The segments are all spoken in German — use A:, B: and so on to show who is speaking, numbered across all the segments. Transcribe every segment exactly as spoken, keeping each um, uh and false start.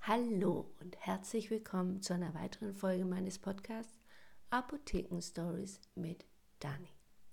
A: Hallo und herzlich willkommen zu einer weiteren Folge meines Podcasts Apotheken Stories mit Dani.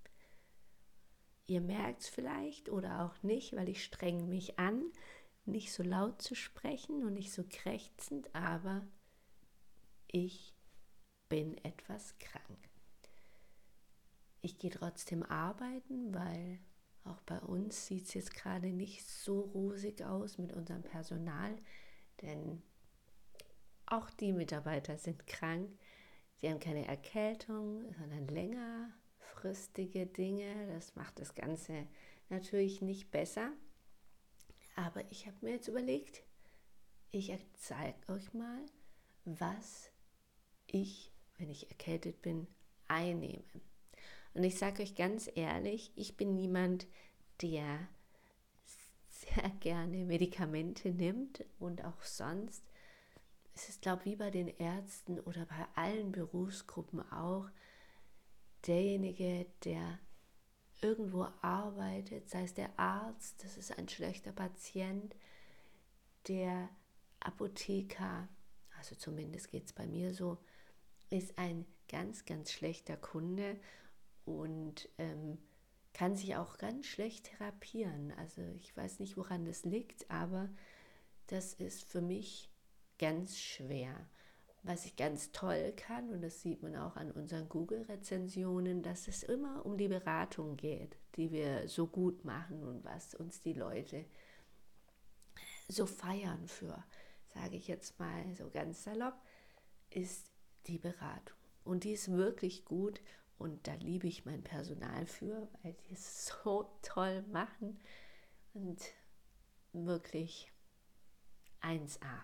A: Ihr merkt es vielleicht oder auch nicht, weil ich strenge mich an, nicht so laut zu sprechen und nicht so krächzend, aber ich bin etwas krank. Ich gehe trotzdem arbeiten, weil auch bei uns sieht es jetzt gerade nicht so rosig aus mit unserem Personal, denn auch die Mitarbeiter sind krank. Sie haben keine Erkältung, sondern längerfristige Dinge. Das macht das Ganze natürlich nicht besser. Aber ich habe mir jetzt überlegt, ich zeige euch mal, was ich, wenn ich erkältet bin, einnehme. Und ich sage euch ganz ehrlich, ich bin niemand, der sehr gerne Medikamente nimmt und auch sonst. Es ist, glaube ich, wie bei den Ärzten oder bei allen Berufsgruppen auch, derjenige, der irgendwo arbeitet, sei es der Arzt, das ist ein schlechter Patient, der Apotheker, also zumindest geht es bei mir so, ist ein ganz, ganz schlechter Kunde und ähm, kann sich auch ganz schlecht therapieren. Also ich weiß nicht, woran das liegt, aber das ist für mich ganz schwer. Was ich ganz toll kann, und das sieht man auch an unseren Google-Rezensionen, dass es immer um die Beratung geht, die wir so gut machen und was uns die Leute so feiern für, sage ich jetzt mal so ganz salopp, ist die Beratung. Und die ist wirklich gut und da liebe ich mein Personal für, weil die es so toll machen und wirklich eins A.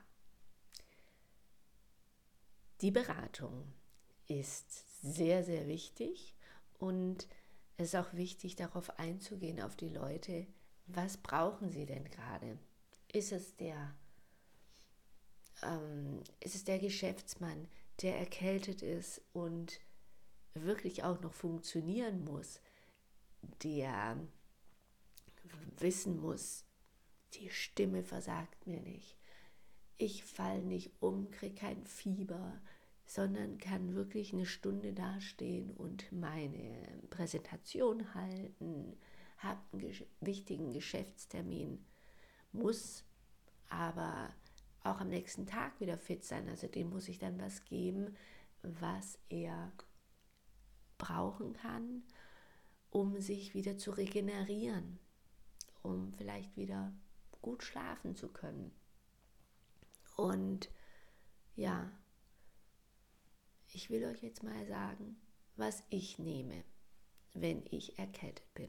A: Die Beratung ist sehr, sehr wichtig und es ist auch wichtig, darauf einzugehen, auf die Leute, was brauchen sie denn gerade? Ist es der, ähm, ist es der Geschäftsmann, der erkältet ist und wirklich auch noch funktionieren muss, der wissen muss, die Stimme versagt mir nicht, ich falle nicht um, kriege kein Fieber, sondern kann wirklich eine Stunde dastehen und meine Präsentation halten, habe einen gesch- wichtigen Geschäftstermin, muss aber auch am nächsten Tag wieder fit sein. Also dem muss ich dann was geben, was er brauchen kann, um sich wieder zu regenerieren, um vielleicht wieder gut schlafen zu können. Und ja, ich will euch jetzt mal sagen, was ich nehme, wenn ich erkältet bin.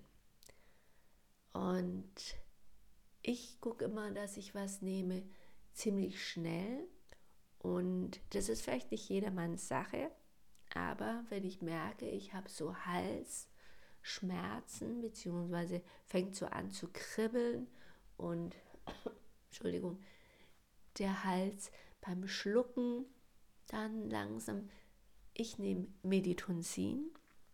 A: Und ich gucke immer, dass ich was nehme ziemlich schnell. Und das ist vielleicht nicht jedermanns Sache, aber wenn ich merke, ich habe so Halsschmerzen, beziehungsweise fängt so an zu kribbeln und, Entschuldigung, der Hals beim Schlucken dann langsam. Ich nehme Meditonsin.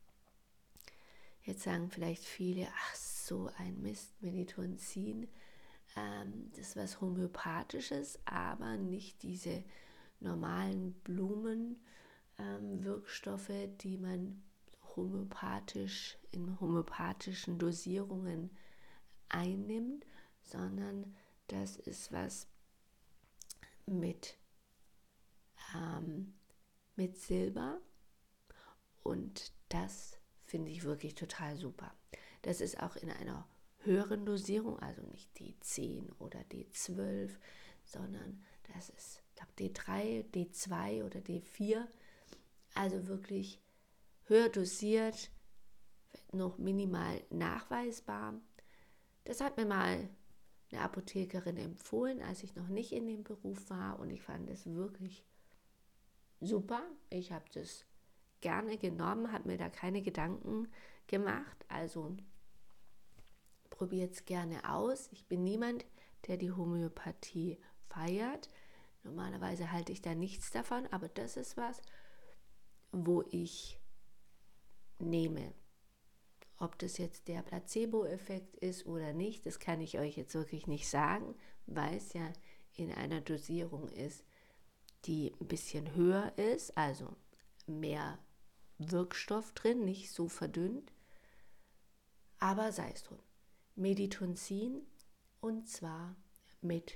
A: Jetzt sagen vielleicht viele, ach so ein Mist, Meditonsin. Ähm, das ist was Homöopathisches, aber nicht diese normalen Blumenwirkstoffe, ähm, die man homöopathisch in homöopathischen Dosierungen einnimmt, sondern das ist was mit, ähm, mit Silber und das finde ich wirklich total super. Das ist auch in einer höheren Dosierung, also nicht D zehn oder D zwölf, sondern das ist, ich glaube, D drei, D zwei oder D vier, also wirklich höher dosiert, noch minimal nachweisbar. Das hat mir mal eine Apothekerin empfohlen, als ich noch nicht in dem Beruf war und ich fand es wirklich super. Ich habe das gerne genommen, habe mir da keine Gedanken gemacht, also probiert es gerne aus. Ich bin niemand, der die Homöopathie feiert. Normalerweise halte ich da nichts davon, aber das ist was, wo ich nehme. Ob das jetzt der Placebo-Effekt ist oder nicht, das kann ich euch jetzt wirklich nicht sagen, weil es ja in einer Dosierung ist, die ein bisschen höher ist, also mehr Wirkstoff drin, nicht so verdünnt, aber sei es drum. Meditonsin, und zwar mit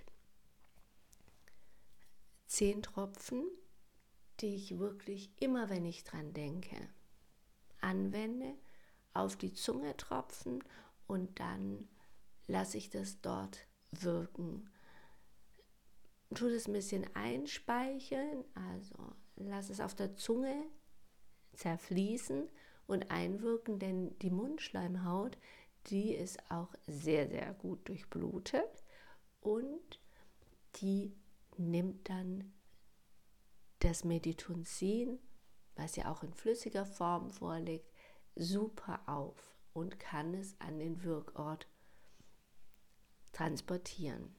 A: zehn Tropfen, die ich wirklich immer, wenn ich dran denke, anwende, auf die Zunge tropfen und dann lasse ich das dort wirken. Tu das ein bisschen einspeicheln, also lass es auf der Zunge zerfließen und einwirken, denn die Mundschleimhaut, die ist auch sehr, sehr gut durchblutet und die nimmt dann das Meditonsin, was ja auch in flüssiger Form vorliegt, super auf und kann es an den Wirkort transportieren.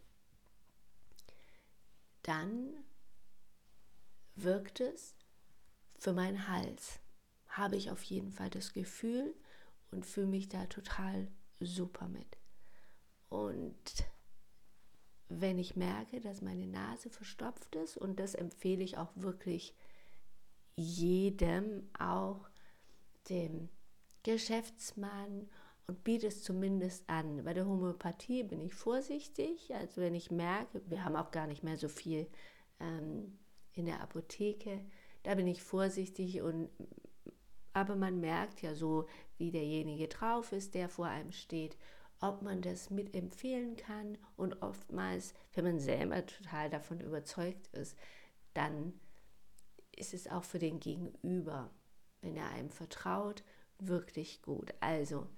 A: Dann wirkt es für meinen Hals. Habe ich auf jeden Fall das Gefühl und fühle mich da total super mit. Und wenn ich merke, dass meine Nase verstopft ist, und das empfehle ich auch wirklich jedem, auch dem Geschäftsmann, und biete es zumindest an. Bei der Homöopathie bin ich vorsichtig, also wenn ich merke, wir haben auch gar nicht mehr so viel ähm, in der Apotheke, da bin ich vorsichtig, und aber man merkt ja so, wie derjenige drauf ist, der vor einem steht, ob man das mitempfehlen kann, und oftmals, wenn man selber total davon überzeugt ist, dann ist es auch für den Gegenüber, wenn er einem vertraut, wirklich gut. Also,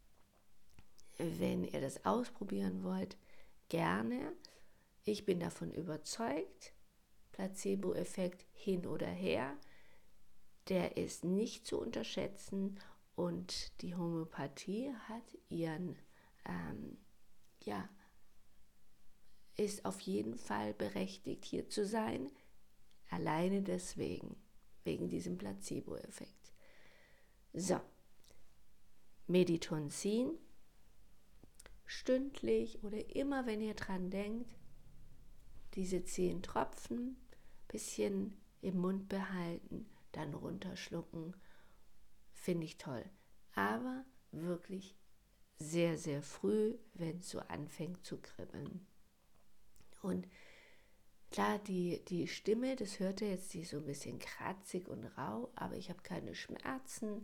A: wenn ihr das ausprobieren wollt, gerne. Ich bin davon überzeugt, Placebo-Effekt hin oder her, der ist nicht zu unterschätzen, und die Homöopathie hat ihren, ähm, ja, ist auf jeden Fall berechtigt, hier zu sein, alleine deswegen, wegen diesem Placebo-Effekt. So, Meditonsin, stündlich oder immer, wenn ihr dran denkt, diese zehn Tropfen, bisschen im Mund behalten, dann runterschlucken, finde ich toll. Aber wirklich sehr, sehr früh, wenn es so anfängt zu kribbeln. Und klar, die, die Stimme, das hört ihr jetzt, die ist so ein bisschen kratzig und rau, aber ich habe keine Schmerzen,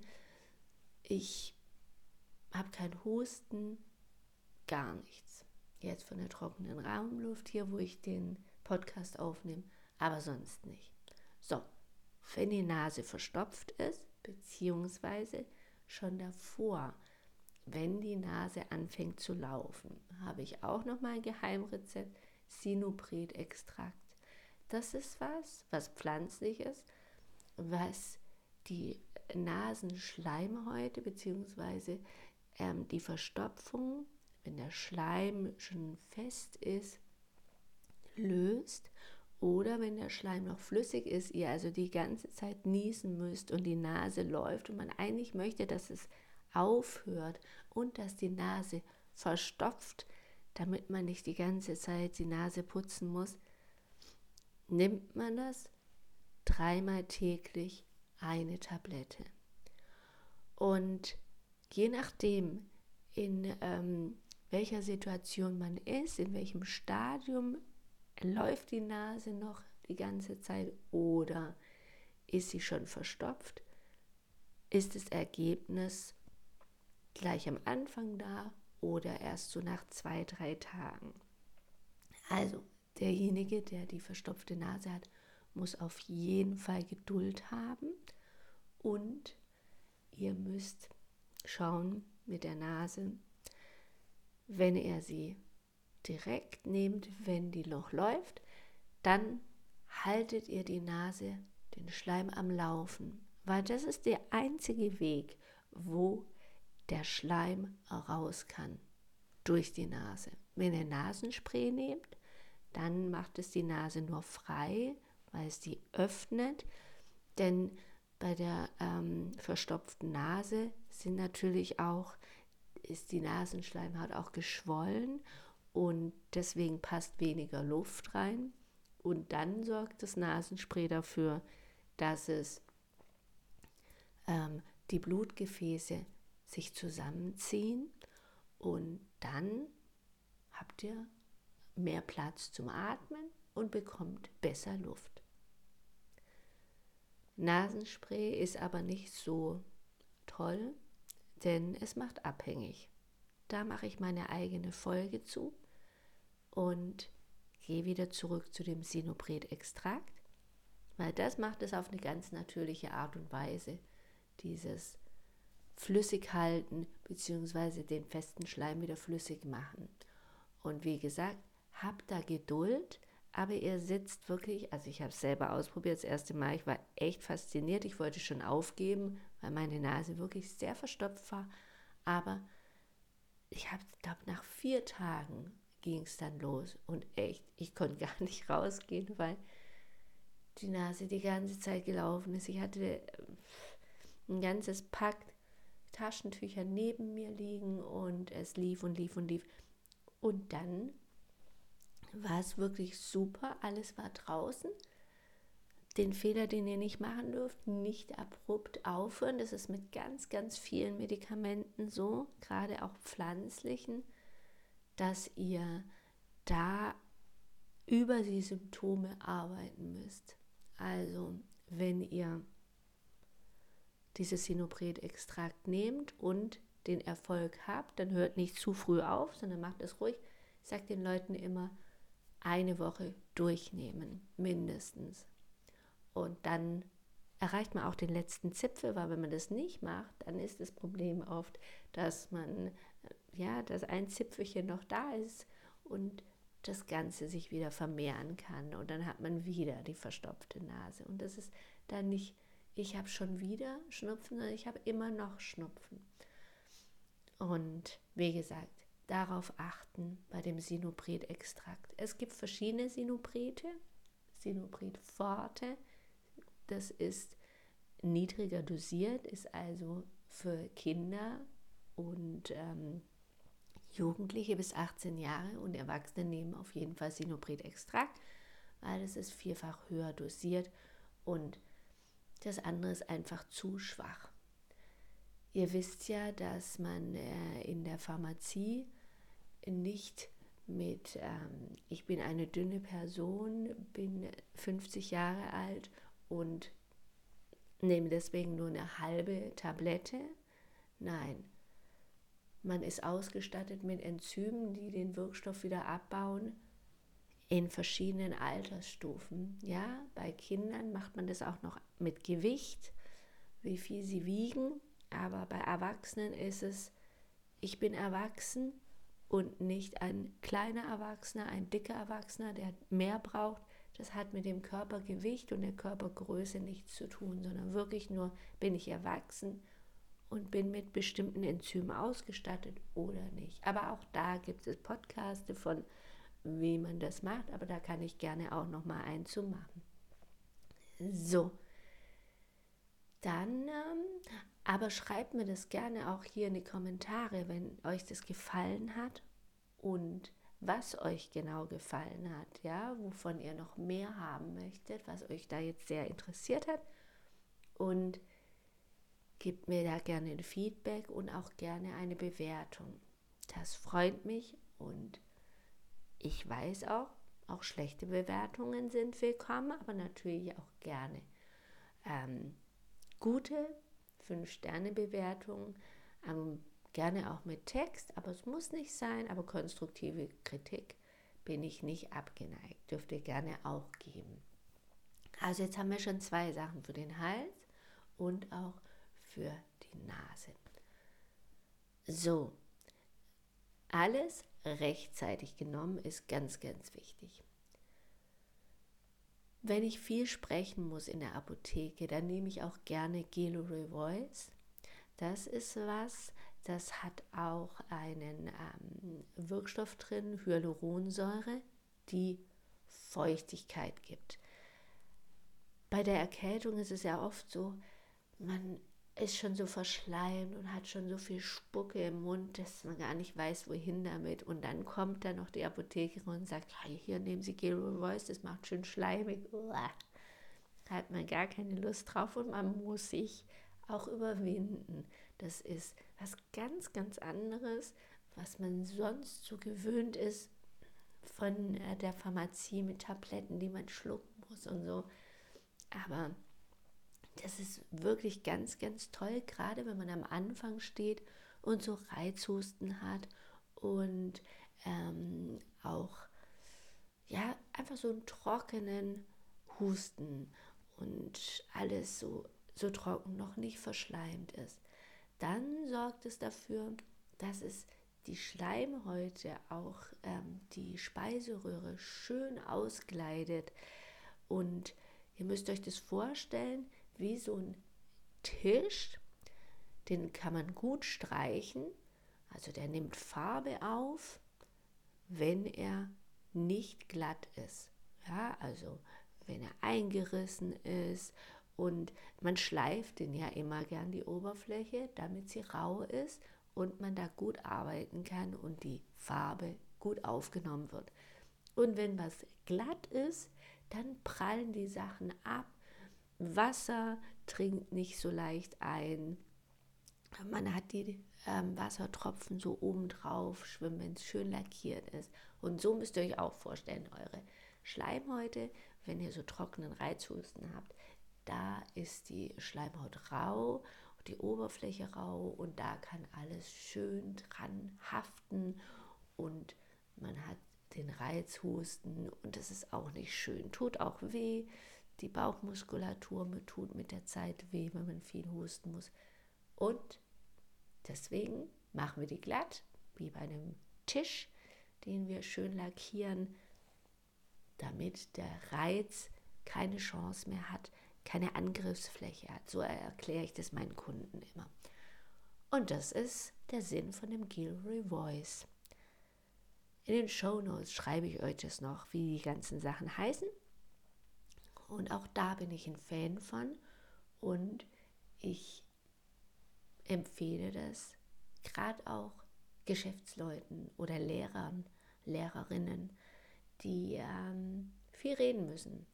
A: ich habe keinen Husten, gar nichts. Jetzt von der trockenen Raumluft hier, wo ich den Podcast aufnehme, aber sonst nicht. So, wenn die Nase verstopft ist, beziehungsweise schon davor, wenn die Nase anfängt zu laufen, habe ich auch nochmal ein Geheimrezept, Sinopret-Extrakt. Das ist was, was pflanzlich ist, was die Nasenschleimhäute bzw. ähm, die Verstopfung, wenn der Schleim schon fest ist, löst, oder wenn der Schleim noch flüssig ist, ihr also die ganze Zeit niesen müsst und die Nase läuft und man eigentlich möchte, dass es aufhört und dass die Nase verstopft, damit man nicht die ganze Zeit die Nase putzen muss, nimmt man das dreimal täglich eine Tablette. Und je nachdem, in ähm, welcher Situation man ist, in welchem Stadium läuft die Nase noch die ganze Zeit oder ist sie schon verstopft, ist das Ergebnis gleich am Anfang da oder erst so nach zwei, drei Tagen. Also derjenige, der die verstopfte Nase hat, muss auf jeden Fall Geduld haben, und ihr müsst schauen mit der Nase, wenn er sie direkt nehmt, wenn die noch läuft, dann haltet ihr die Nase, den Schleim am Laufen, weil das ist der einzige Weg, wo der Schleim raus kann, durch die Nase. Wenn ihr Nasenspray nehmt, dann macht es die Nase nur frei, weil es die öffnet, denn bei der ähm, verstopften Nase sind natürlich auch, ist die Nasenschleimhaut auch geschwollen, und deswegen passt weniger Luft rein. Und dann sorgt das Nasenspray dafür, dass es ähm, die Blutgefäße sich zusammenziehen und dann habt ihr mehr Platz zum Atmen und bekommt besser Luft. Nasenspray ist aber nicht so toll, denn es macht abhängig. Da mache ich meine eigene Folge zu und gehe wieder zurück zu dem Sinopret-Extrakt, weil das macht es auf eine ganz natürliche Art und Weise, dieses flüssig halten bzw. den festen Schleim wieder flüssig machen. Und wie gesagt, habt da Geduld, aber ihr sitzt wirklich, also ich habe es selber ausprobiert, das erste Mal, ich war echt fasziniert, ich wollte schon aufgeben, weil meine Nase wirklich sehr verstopft war, aber ich habe, glaube nach vier Tagen ging es dann los und echt, ich konnte gar nicht rausgehen, weil die Nase die ganze Zeit gelaufen ist. Ich hatte ein ganzes Pack Taschentücher neben mir liegen und es lief und lief und lief. Und dann war es wirklich super, alles war draußen. Den Fehler, den ihr nicht machen dürft, nicht abrupt aufhören. Das ist mit ganz, ganz vielen Medikamenten so, gerade auch pflanzlichen, dass ihr da über die Symptome arbeiten müsst. Also, wenn ihr dieses Sinopret-Extrakt nehmt und den Erfolg habt, dann hört nicht zu früh auf, sondern macht es ruhig. Ich sage den Leuten immer, eine Woche durchnehmen, mindestens. Und dann erreicht man auch den letzten Zipfel, weil wenn man das nicht macht, dann ist das Problem oft, dass man, ja, dass ein Zipfelchen noch da ist und das Ganze sich wieder vermehren kann. Und dann hat man wieder die verstopfte Nase. Und das ist dann nicht, ich habe schon wieder Schnupfen, sondern ich habe immer noch Schnupfen. Und wie gesagt, darauf achten bei dem Sinopret-Extrakt. Es gibt verschiedene Sinoprete, Sinopret Forte, das ist niedriger dosiert, ist also für Kinder und ähm, Jugendliche bis achtzehn Jahre und Erwachsene nehmen auf jeden Fall Sinopret-Extrakt, weil es ist vierfach höher dosiert und das andere ist einfach zu schwach. Ihr wisst ja, dass man äh, in der Pharmazie nicht mit, ähm, ich bin eine dünne Person, bin fünfzig Jahre alt und nehme deswegen nur eine halbe Tablette. Nein, man ist ausgestattet mit Enzymen, die den Wirkstoff wieder abbauen in verschiedenen Altersstufen. Ja, bei Kindern macht man das auch noch mit Gewicht, wie viel sie wiegen. Aber bei Erwachsenen ist es, ich bin erwachsen und nicht ein kleiner Erwachsener, ein dicker Erwachsener, der mehr braucht. Das hat mit dem Körpergewicht und der Körpergröße nichts zu tun, sondern wirklich nur, bin ich erwachsen und bin mit bestimmten Enzymen ausgestattet oder nicht. Aber auch da gibt es Podcasts von, wie man das macht, aber da kann ich gerne auch noch mal einen zu machen. So, dann, ähm, aber schreibt mir das gerne auch hier in die Kommentare, wenn euch das gefallen hat und was euch genau gefallen hat, ja, wovon ihr noch mehr haben möchtet, was euch da jetzt sehr interessiert hat und gebt mir da gerne ein Feedback und auch gerne eine Bewertung. Das freut mich und ich weiß auch, auch schlechte Bewertungen sind willkommen, aber natürlich auch gerne ähm, gute fünf Sterne Bewertungen, ähm, gerne auch mit Text, aber es muss nicht sein, aber konstruktive Kritik bin ich nicht abgeneigt, dürft ihr gerne auch geben. Also jetzt haben wir schon zwei Sachen für den Hals und auch für die Nase. So, alles rechtzeitig genommen ist ganz, ganz wichtig. Wenn ich viel sprechen muss in der Apotheke, dann nehme ich auch gerne Gelo Revoice. Das ist was, das hat auch einen ähm, Wirkstoff drin, Hyaluronsäure, die Feuchtigkeit gibt. Bei der Erkältung ist es ja oft so, man ist schon so verschleimt und hat schon so viel Spucke im Mund, dass man gar nicht weiß, wohin damit. Und dann kommt da noch die Apothekerin und sagt, hey, hier nehmen Sie Gel Revoice, das macht schön schleimig. Uah. Hat man gar keine Lust drauf und man muss sich auch überwinden. Das ist was ganz, ganz anderes, was man sonst so gewöhnt ist von der Pharmazie mit Tabletten, die man schlucken muss und so. Aber das ist wirklich ganz, ganz toll, gerade wenn man am Anfang steht und so Reizhusten hat und ähm, auch ja, einfach so einen trockenen Husten und alles so, so trocken, noch nicht verschleimt ist. Dann sorgt es dafür, dass es die Schleimhäute, auch ähm, die Speiseröhre schön ausgleitet. Und ihr müsst euch das vorstellen, wie so ein Tisch, den kann man gut streichen. Also der nimmt Farbe auf, wenn er nicht glatt ist. Ja, also wenn er eingerissen ist und man schleift den ja immer gern die Oberfläche, damit sie rau ist und man da gut arbeiten kann und die Farbe gut aufgenommen wird. Und wenn was glatt ist, dann prallen die Sachen ab. Wasser dringt nicht so leicht ein. Man hat die ähm, Wassertropfen so oben drauf schwimmen, wenn es schön lackiert ist. Und so müsst ihr euch auch vorstellen, eure Schleimhäute, wenn ihr so trockenen Reizhusten habt, da ist die Schleimhaut rau, die Oberfläche rau und da kann alles schön dran haften und man hat den Reizhusten und das ist auch nicht schön. Tut auch weh, die Bauchmuskulatur tut mit der Zeit weh, wenn man viel husten muss. Und deswegen machen wir die glatt, wie bei einem Tisch, den wir schön lackieren, damit der Reiz keine Chance mehr hat, keine Angriffsfläche hat. So erkläre ich das meinen Kunden immer. Und das ist der Sinn von dem Gel Revoice. In den Shownotes schreibe ich euch das noch, wie die ganzen Sachen heißen. Und auch da bin ich ein Fan von. Und ich empfehle das gerade auch Geschäftsleuten oder Lehrern, Lehrerinnen, die ähm, viel reden müssen.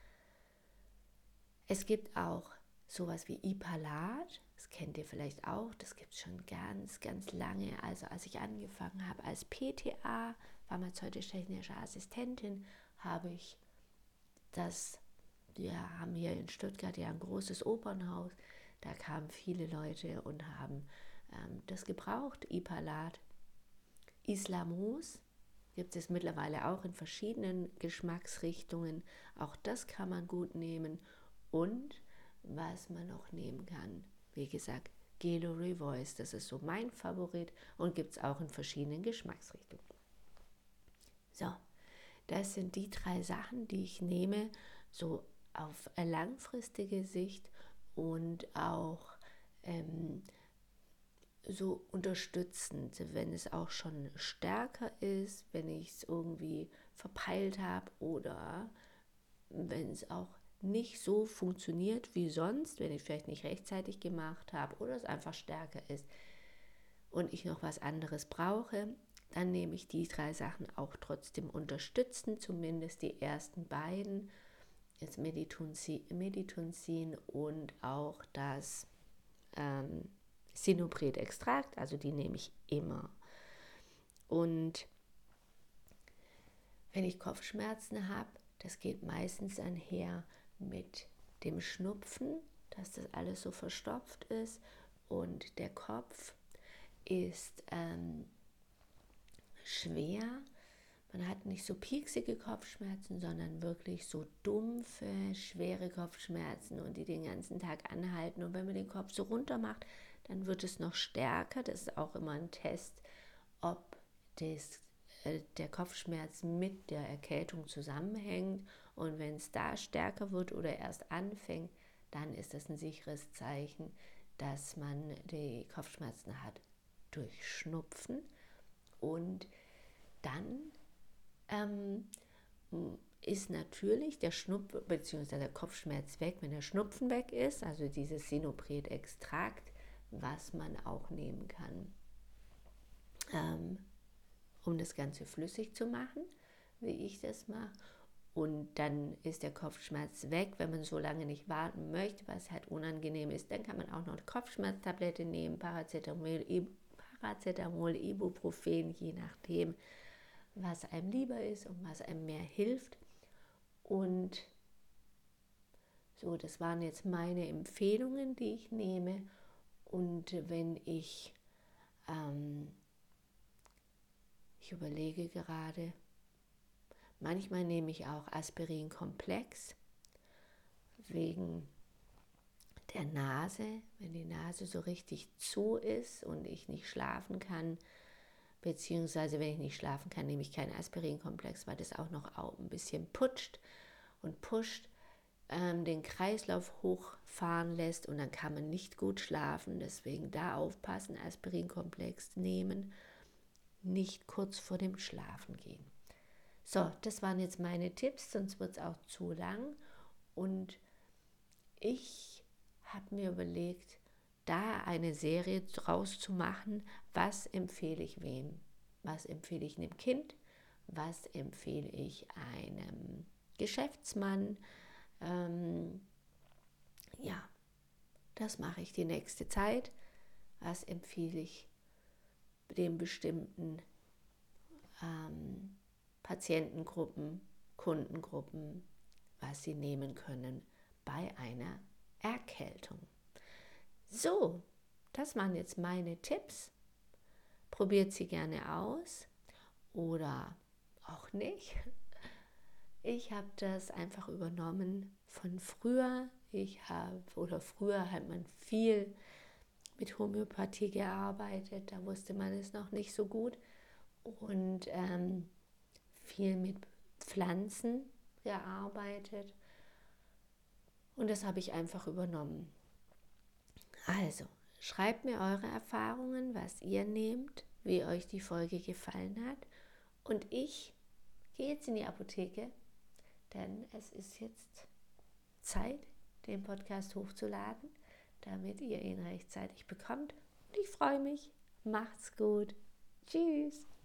A: Es gibt auch sowas wie Ipalat, das kennt ihr vielleicht auch, das gibt es schon ganz, ganz lange. Also als ich angefangen habe als P T A, pharmazeutisch-technische Assistentin, habe ich das, wir haben hier in Stuttgart ja ein großes Opernhaus, da kamen viele Leute und haben ähm, das gebraucht, Ipalat. Islamos gibt es mittlerweile auch in verschiedenen Geschmacksrichtungen, auch das kann man gut nehmen. Und was man noch nehmen kann, wie gesagt, Gel Revoice, das ist so mein Favorit und gibt es auch in verschiedenen Geschmacksrichtungen. So, das sind die drei Sachen, die ich nehme, so auf langfristige Sicht und auch ähm, so unterstützend, wenn es auch schon stärker ist, wenn ich es irgendwie verpeilt habe oder wenn es auch nicht so funktioniert wie sonst, wenn ich vielleicht nicht rechtzeitig gemacht habe oder es einfach stärker ist und ich noch was anderes brauche, dann nehme ich die drei Sachen auch trotzdem unterstützend, zumindest die ersten beiden, das Meditonsin und auch das ähm, Sinopret-Extrakt, also die nehme ich immer. Und wenn ich Kopfschmerzen habe, das geht meistens einher mit dem Schnupfen, dass das alles so verstopft ist und der Kopf ist ähm, schwer. Man hat nicht so pieksige Kopfschmerzen, sondern wirklich so dumpfe, schwere Kopfschmerzen und die den ganzen Tag anhalten. Und wenn man den Kopf so runter macht, dann wird es noch stärker. Das ist auch immer ein Test, ob das der Kopfschmerz mit der Erkältung zusammenhängt und wenn es da stärker wird oder erst anfängt, dann ist das ein sicheres Zeichen, dass man die Kopfschmerzen hat durch Schnupfen und dann ähm, ist natürlich der Schnupfen bzw. der Kopfschmerz weg, wenn der Schnupfen weg ist, also dieses Sinopret-Extrakt, was man auch nehmen kann, ähm, um das Ganze flüssig zu machen, wie ich das mache. Und dann ist der Kopfschmerz weg, wenn man so lange nicht warten möchte, was halt unangenehm ist. Dann kann man auch noch eine Kopfschmerztablette nehmen, Paracetamol, Paracetamol, Ibuprofen, je nachdem, was einem lieber ist und was einem mehr hilft. Und so, das waren jetzt meine Empfehlungen, die ich nehme. Und wenn ich, ähm, ich überlege gerade, manchmal nehme ich auch Aspirinkomplex wegen der Nase, wenn die Nase so richtig zu ist und ich nicht schlafen kann, beziehungsweise wenn ich nicht schlafen kann, nehme ich keinen Aspirinkomplex, weil das auch noch ein bisschen putscht und pusht, ähm, den Kreislauf hochfahren lässt und dann kann man nicht gut schlafen. Deswegen da aufpassen, Aspirinkomplex nehmen, nicht kurz vor dem Schlafen gehen. So, das waren jetzt meine Tipps, sonst wird es auch zu lang. Und ich habe mir überlegt, da eine Serie draus zu machen, was empfehle ich wem? Was empfehle ich einem Kind? Was empfehle ich einem Geschäftsmann? Ähm, ja, das mache ich die nächste Zeit. Was empfehle ich den bestimmten ähm, Patientengruppen, Kundengruppen, was sie nehmen können bei einer Erkältung. So, das waren jetzt meine Tipps. Probiert sie gerne aus oder auch nicht. Ich habe das einfach übernommen von früher. Ich habe, oder früher hat man viel mit Homöopathie gearbeitet, da wusste man es noch nicht so gut. Und ähm, viel mit Pflanzen gearbeitet. Und das habe ich einfach übernommen. Also, schreibt mir eure Erfahrungen, was ihr nehmt, wie euch die Folge gefallen hat. Und ich gehe jetzt in die Apotheke, denn es ist jetzt Zeit, den Podcast hochzuladen, damit ihr ihn rechtzeitig bekommt. Und ich freue mich. Macht's gut. Tschüss.